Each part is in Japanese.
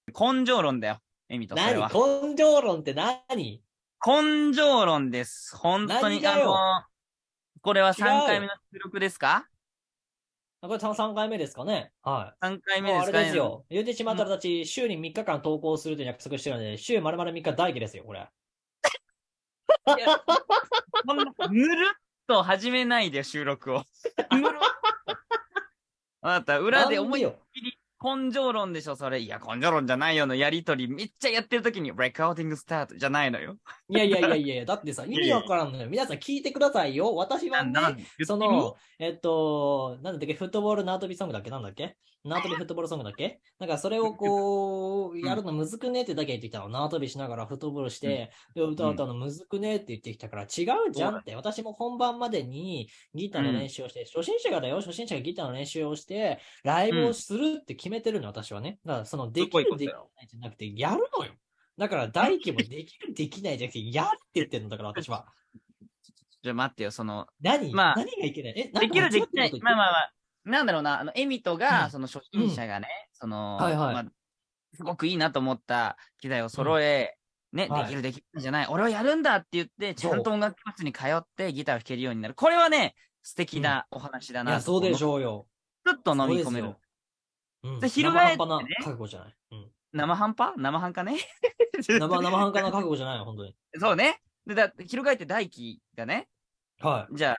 根性論だよ、エミと、それは。 根性論って何？ 根性論です。本当に、 何がよ。 これは違 3 うよ。 回目の収録ですか？ これ3回目ですかね。は 3 回い。もうあれ目ですかね。 ですよ。言うてしまったらたち、週に3日間投稿するという約束してるので、週丸々3日待機ですよ、これ。 いや、こんな、ぬるっと始めないで、収録を。ぬるっと。あなた、裏で思いっなんでよ。 きり根性論でしょ、それ。いや、根性論じゃないよのやりとり、めっちゃやってる時に、レコーディングスタートじゃないのよ。 いやいやいやいや、だってさ、意味いやいやいや、 わからんのよ。皆さん聞いてくださいよ。私はね、 言ってみ。 なんだっけ、フットボール縄跳びソングだっけなんだっけ縄跳びフットボールソングだっけなんかそれをこう、 うん、 やるのむずくねってだけ言ってきたの。縄跳びしながらフットボールしうん、 て、で歌うん。 うのむずくねって言ってきたから違うじそうだ。 ゃんって。私も本番までにギターの練うん、 習をして、初心者がだよ、初心者がギターの練習をして、ライブをうん。 するって決めてるの、私はね。だからその、 すできる、できごいことよ。 ないじゃなくて、やるのよ。だから大規模できる、できないじゃなくて、やるって言ってんのだから私は。 じゃあ待ってよ、 何まあ、 何がいけない？なんできるか間違ってできない。 ること言ってる？ まあまあまあ。なんだろうな、エミトが、 うん。 その初うん。 心者がね、まあ、 はいはい。 すごくいいなと思った機材をうん。 揃え、ね、ではい。 きるできるんじゃない。俺はやるんだって言って、ちゃんとそ音楽教室に通ってギターを弾けるようになる。これはね、素う。うん。 敵なお話だいや、 なと、 そうでしょうよ。 ちょっと飲そうみ込める。 ですよ。うで、 ん。生翻って半端なね、 覚悟じゃない。うん。 生半可ね。 生半可な覚悟じゃないよ、本当に。 そうね。で、翻って大輝がね、 はじゃあ、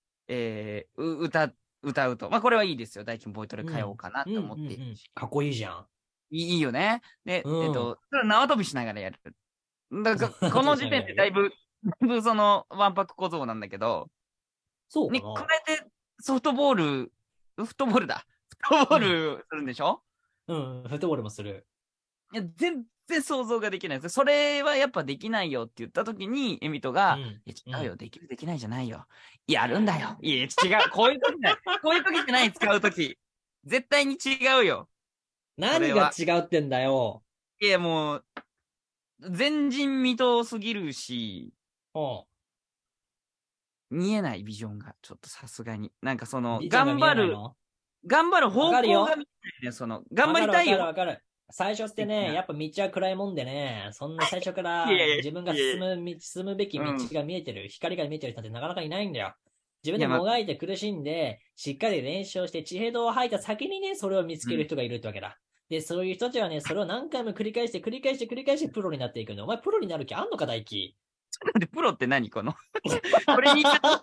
歌うと。まあ、これはいいですよ。大輝もボイトレい。うん。 通おうかなってうん、うん、 思っているうん。 し。 かっこいいじゃん。 いいよね。で、 うん。 それは縄跳びしながらやる。 そこう、後でしの時点ながらやるよ。 でだいぶその、わんぱく小僧なんだけど、に加そうかな。 えて、フットボールだ。フットボーうん。 ルするんでしょ？ うん。フットボールもする。 いや、全然想像ができないです。それはやっぱできないよって言った時に、エミトが、 うん。 いうん。 や違うよ、できるできないじゃないよ。やるんだよ。いや、違う。こういう時じゃない。こういう時じゃない、使う時。絶対に違うよ。それ何がは。 違うってんだよ。 いや、もう、前人未到すぎるし、 う見えないビジョンが、ちょっとさすがに。なんかん。ビジョンが見えないの？ 頑張るわ方かるよ。 向が見えないね。頑わかるわ張りたいよ。 かるわかる。最初ってね、や素敵な。 っぱ道は暗いもんでね、そんな最初からいやいやい自分がやいや、 進むべき道うん。 が見えてる、光が見えてる人ってなかなかいないんだよ。自分でいや、 もがいて苦しんで、しっかり練習をして、地平道を吐いた先にね、それを見つうん。 ける人がいるってわけだ。で、そういう人たちはね、それを何回も繰り返して、繰り返して、繰り返してプロになっていくんだ。お前プロになる気あんのか、大輝。 で、プロって何このこれに至る。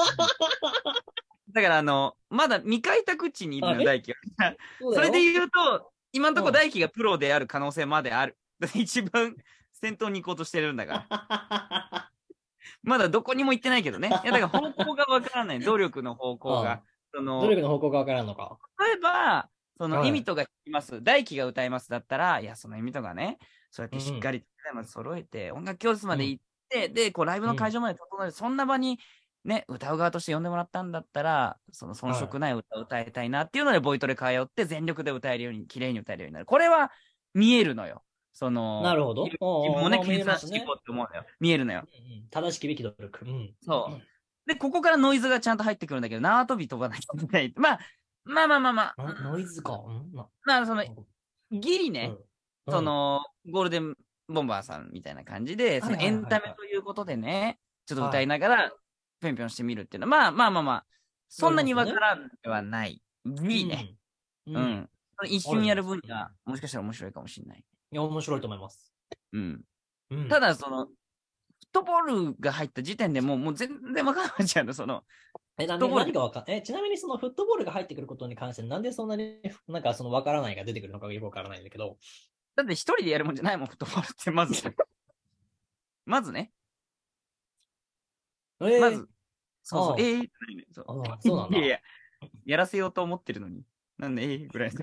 だからまだ未開拓地にいるのよ、 あ、 大輝は。それでそうだよ。 言うと、今のところうん。 大輝がプロである可能性まである。一番先頭に行こうとしてるんだから。まだどこにも行ってないけどね。いや、だから方向がわからない。努力の方向が。 ああ、努力の方向がわからんのか。 例えば、エはい。 ミトが弾きます、大輝が歌いますだったら、いや、そのエミトがね、そうやってしっうん。 かりまで揃えて、音楽教室まうん。 で行って、で、こう、ライブうん。 の会場まで整える、そんな場に、ね、歌う側として呼んでもらったんだったら、その遜は色ない歌を歌いたいなっていうので、ボイトレ通って全力で歌えるように、綺麗に歌えるようになる。これは見えるのよ。 い。なるほど。 自分をね、 見え計算していこますね。 うって思うのよ。見えるのよ。 うんうん、正しきべき努力。うん。 そう。で、ここからノイズがちゃんと入ってくるんだけど、縄跳び飛ばなきゃいけない。まあ。 ノイズか。うん。 まあ、ギリね、 うん。うん。 ゴールデンボンバーさんみたいな感じで、 はいはいエンタメはいはい。 ということでね、ちょっと歌いはい。 ながら、ぴょんぴょんしてみるっていうのは、まあ、そあんなにりますね。 わからんではない。ギリね。 うん。うん。 うん。一あるんです。 瞬やる分うん。いには、もしかしたら面白いかもしれない。 や、面白いと思います。 うん。 うん。 ただ、フットボールが入った時点でもう全然わからなくなっちゃうの。フットボールって、 何がわかん、ちなみにそのフットボールが入ってくることに関して、なんでそんなに、なんかそのわからないが出てくるのかよくわからないんだけど。 だって一人でやるもんじゃないもん、フットボールって、まず。まずね。まず、 ええそう、 あ何ね、そう。 あ、ああ、そうなんだ。 いやいや、やらせようと思ってるのに。なんで、ぐらいの。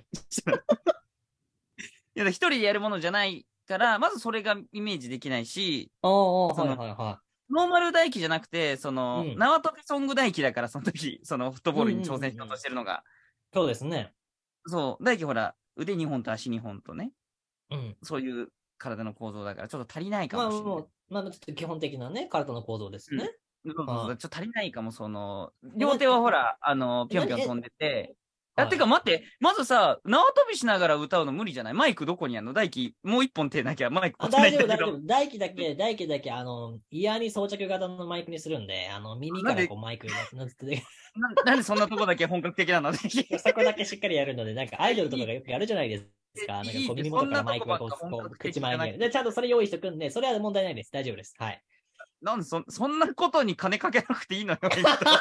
いや、一人でやるものじゃないから、まずそれがイメージできないし、 ああ、はいその、 はいはノーマル大輝じゃなくて、 い。うん。 縄跳びソング大輝だから、その時、フットボールにうんうんうん挑戦しようとうん。 してるのが。 そうですね。 そう、大輝ほら、腕2本と足2本とね、 うん。 そういう体の構造だから、ちょっと足りないかまあ、 もしれない。 もう、まあ、ちょっと基本的なね、体の構造ですね。 うん。そうそうそう、 はちょっと足りないかも、 い。え、な、 両手はほら、ぴょんぴょん飛んなに、 でて、 てか待って、まずさ、縄跳びしながら歌うの無理じゃない？マイクどこにあんの？大輝、もう一本手なきゃマイクあ、 持ってない大丈夫、 んだけど。 大丈夫。大輝だけ、イヤーに装着型のマイクにするんで、耳なんで、 からこうマイクが、なんつってね、 なんでそんなとこだけ本格的なの？ そこだけしっかりやるので、なんかアイドルとかがよくやるじゃないですか。なんかこういいって、 耳元からそんなとマイクがこう、 こばっか本こう格的じ口前にある。で、 ゃなくて。 ちゃんとそれ用意しとくんで、それは問題ないです。大丈夫です。はい。 なんでそんなことに金かけなくていいのよ、今と。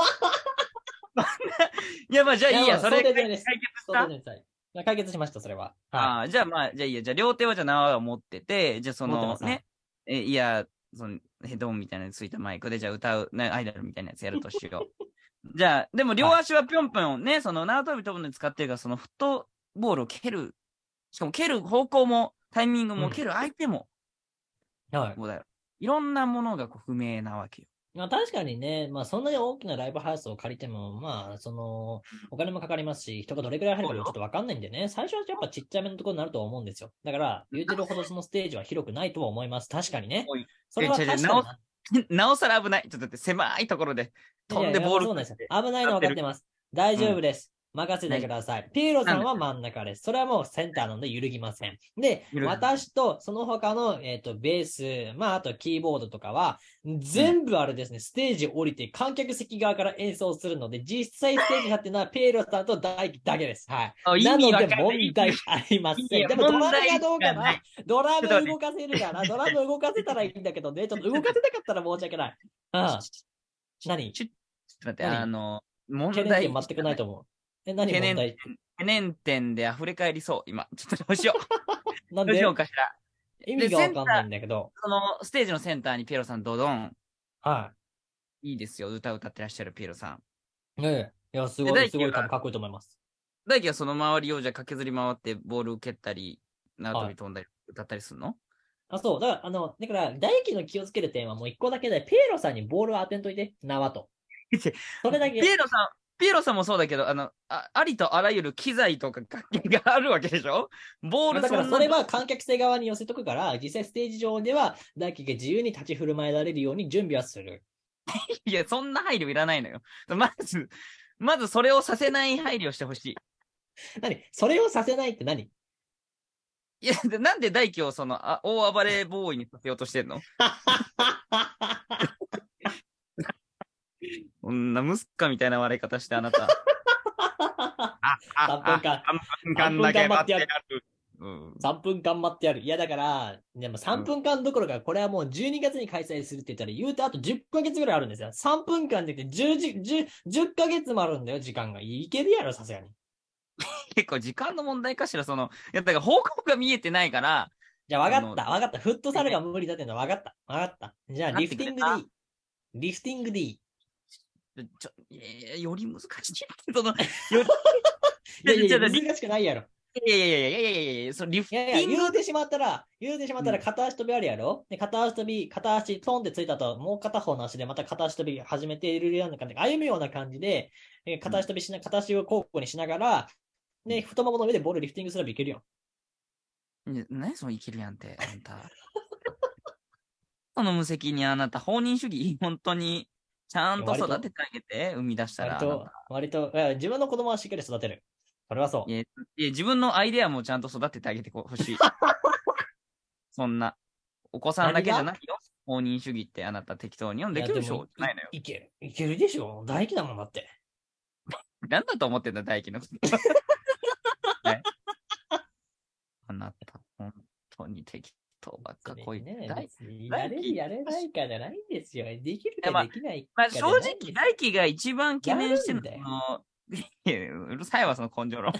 いや、まあ、じゃあいいや、それ想定済みです。 解決し想定済た？ みです。解決しました、それは。はい。 ああ、じゃあまあ、じゃあいいや。じゃあ両手はじゃあ縄を持ってて、じゃあそ持ってます。はのね、 い。 いや、そのヘッドホンみたいなのについたマイクで、じゃあ歌う、ね、アイドルみたいなやつやるとしよう。じゃあ、でもはい。 両足はぴょんぴょんね、その縄跳び飛ぶのに使ってるから、そのフットボールを蹴る、しかも蹴る方向も、タイミングも、 うん。 蹴る相手も、 はい。 もうだよ。いろんなものがこう不明なわけよ。 まあ確かにね、まあそんなに大きなライブハウスを借りても、まあお金もかかりますし、人がどれくらい入るかもちょっとわかんないんでね、最初はやっぱちっちゃめのところになると思うんですよ。だから、言うてるほどそのステージは広くないとは思います。確かにね。 おい、 それは違う違う、 確かにな。 なおさら危ない。ちょっとだって狭いところで飛んでボールそうなんですよ。 打って危ないの当たってる。 分かってます。大うん。 丈夫です。任せてく何ださい。ピエロなんでさんは真ん中です。それはもうセンターなので揺るぎません。で、 揺るぐ。 私とその他の、ベース、まあ、あとキーボードとかは、 うん。 全部あれですね、ステージ降りて観客席側から演奏するので、実際ステージに立ってるのはピエロさんと大輝だけです。はい。 あ、意なので味わかんない。 問題ありまいや、 せん。でもド問題ラムがどうかな？ がない。 ドラムちょっと待って。 動かせるかな？ドラム動かせたらいいんだけどね、ちょっと動かせなかったら申し訳ない。うん。何ちょっと待って、 何懸問題、 念点全くないと思う。何懸念点、 問題って。 懸念点で溢れ返りそう、今。ちょっとどうしよう。 なんどうしようでかしら。で、 意味がセンター、 わかんないんだけど。 その、ステージのセンターにピエロさん、ドドン。 はいいですよ。歌ってらっしゃるピエロさん。 い。いや、すで、 ごい、 大輝は、 すごい多分かっこいいと思います。 大輝はその周りをじゃあ駆けずり回ってボール受けたり、縄跳はい。 び飛んだり、歌ったりするの？ あ、そう。だから、大輝の気をつける点はもう一個だけで、ピエロさんにボールを当てんといて、縄と。それだけ。 ピエロさんもそうだけど、ありとあらゆる機材とか楽器があるわけでしょ？ボールだから、 そんな、 それは観客席側に寄せとくから、実際ステージ上では、大輝が自由に立ち振る舞えられるように準備はする。 いや、そんな配慮いらないのよ。まずそれをさせない配慮してほしい。 それをさせないって何？ いや、なんで大輝を大暴れボーイにさせようとしてんの？こんなムスカみたいな笑い方してあなた。 3分間、 3分 3分間だけ間待ってやる。 待ってやる。うん。 3分間待ってやる。いや、だから、でも3分間どころか、これはもう12月に開催するって言ったら、言うてあと10ヶ月ぐらいあるんですよ。3分間で10ヶ月もあるんだよ、時間が。いけるやろ、さすがに。 結構時間の問題かしら、いや、だから方向が見えてないから、 じゃあ、分かった。フットサルがね無理だってのは分かった。じゃあ、 なっリフてくれた？ ティングでいい。リフティングでいい。 より難しい。より、 いや、 じゃあ、 難しくないやろ。 いやいやいやいやいやいやいや、リフいやいや、 ティング、 言うてしまったら片足跳びあるやろ。で、片足トンってついたと、もう片方の足でまた片足跳び始めているような感じで、歩むような感じで、片足を交互にしながら、で、太ももの上でボールリフティングすればいけるよ。 何その生きるやんって、あんた。その無責任あなた、放任主義、本当に、ちゃんと育ててあげて、生み出したら、あなた。 いや自分の子供はしっかり育てる。それはそいや、自分のアイデアもちゃんと育ててあげてほしい。そんな、お子さんだけじゃないよ。放任主義ってあなた適当に読んう。いや、でできるでしょも、 ないのよ。 いけるでしょ。大気だもんだって。 なんだと思ってんだ、大輝のこと。ねあなた、本当に適当ばっかこいね、 大やれないかじゃないんですよ。できるかできないまあ、 かじゃ正ないんです直、大輝が一番懸念してるやるんだよの、いやうるさいわ、その根性論。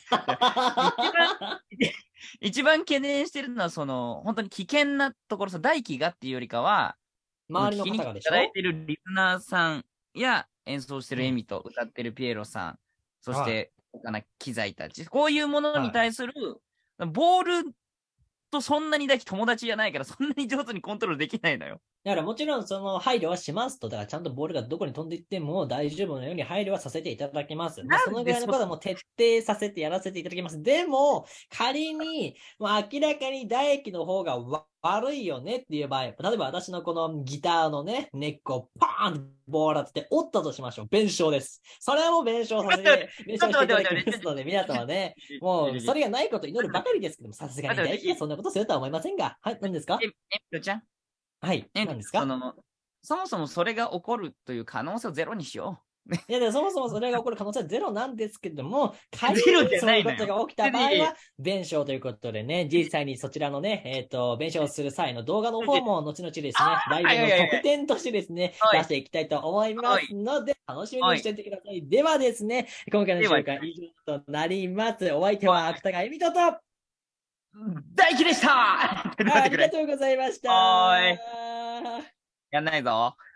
一番懸念してるのは、本当に危険なところ、大輝がっていうよりかは、 周りの聞きに来方がでしょ。 ていただいてるリスナーさんや、演奏してるエミと歌ってるピエロさん、そして他の機材たち、こういうものに対する、ボールとそんなに大輝友達じゃないから、そんなに上手にコントロールできないのよ。 だからもちろんその配慮はしますと。だからちゃんとボールがどこに飛んでいっても大丈夫なように配慮はさせていただきます。まあそのぐらいのことはもう徹底させてやらせていただきます。でも、仮に、もう明らかに唾液の方が悪いよねっていう場合、例えば私のこのギターのね、根っこをパーンとボール当てて折ったとしましょう。弁償です。それはもう弁償させて、弁償していただきますので、皆様ね、もうそれがないことを祈るばかりですけども、さすがに唾液はそんなことするとは思いませんが。はい、何ですか？ ちゃんはい、何ですか？ そもそもそれが起こるという可能性をゼロにしよいや、でもそもそもそれが起こる可能性はゼロなんですけども、仮にゼロじゃそうないのよいうことが起きた場合は、弁償ということでね、実際にそちらのね、弁償する際の動画の方も、後々ですね、ライブの特典としてですね、 はい出していきたいと思いますので、楽しみにしていてください。ではですね、今回の紹介以上となります。お相手は芥川恵美人と、 大輝でしたありがとうございました。 はーいやんないぞ。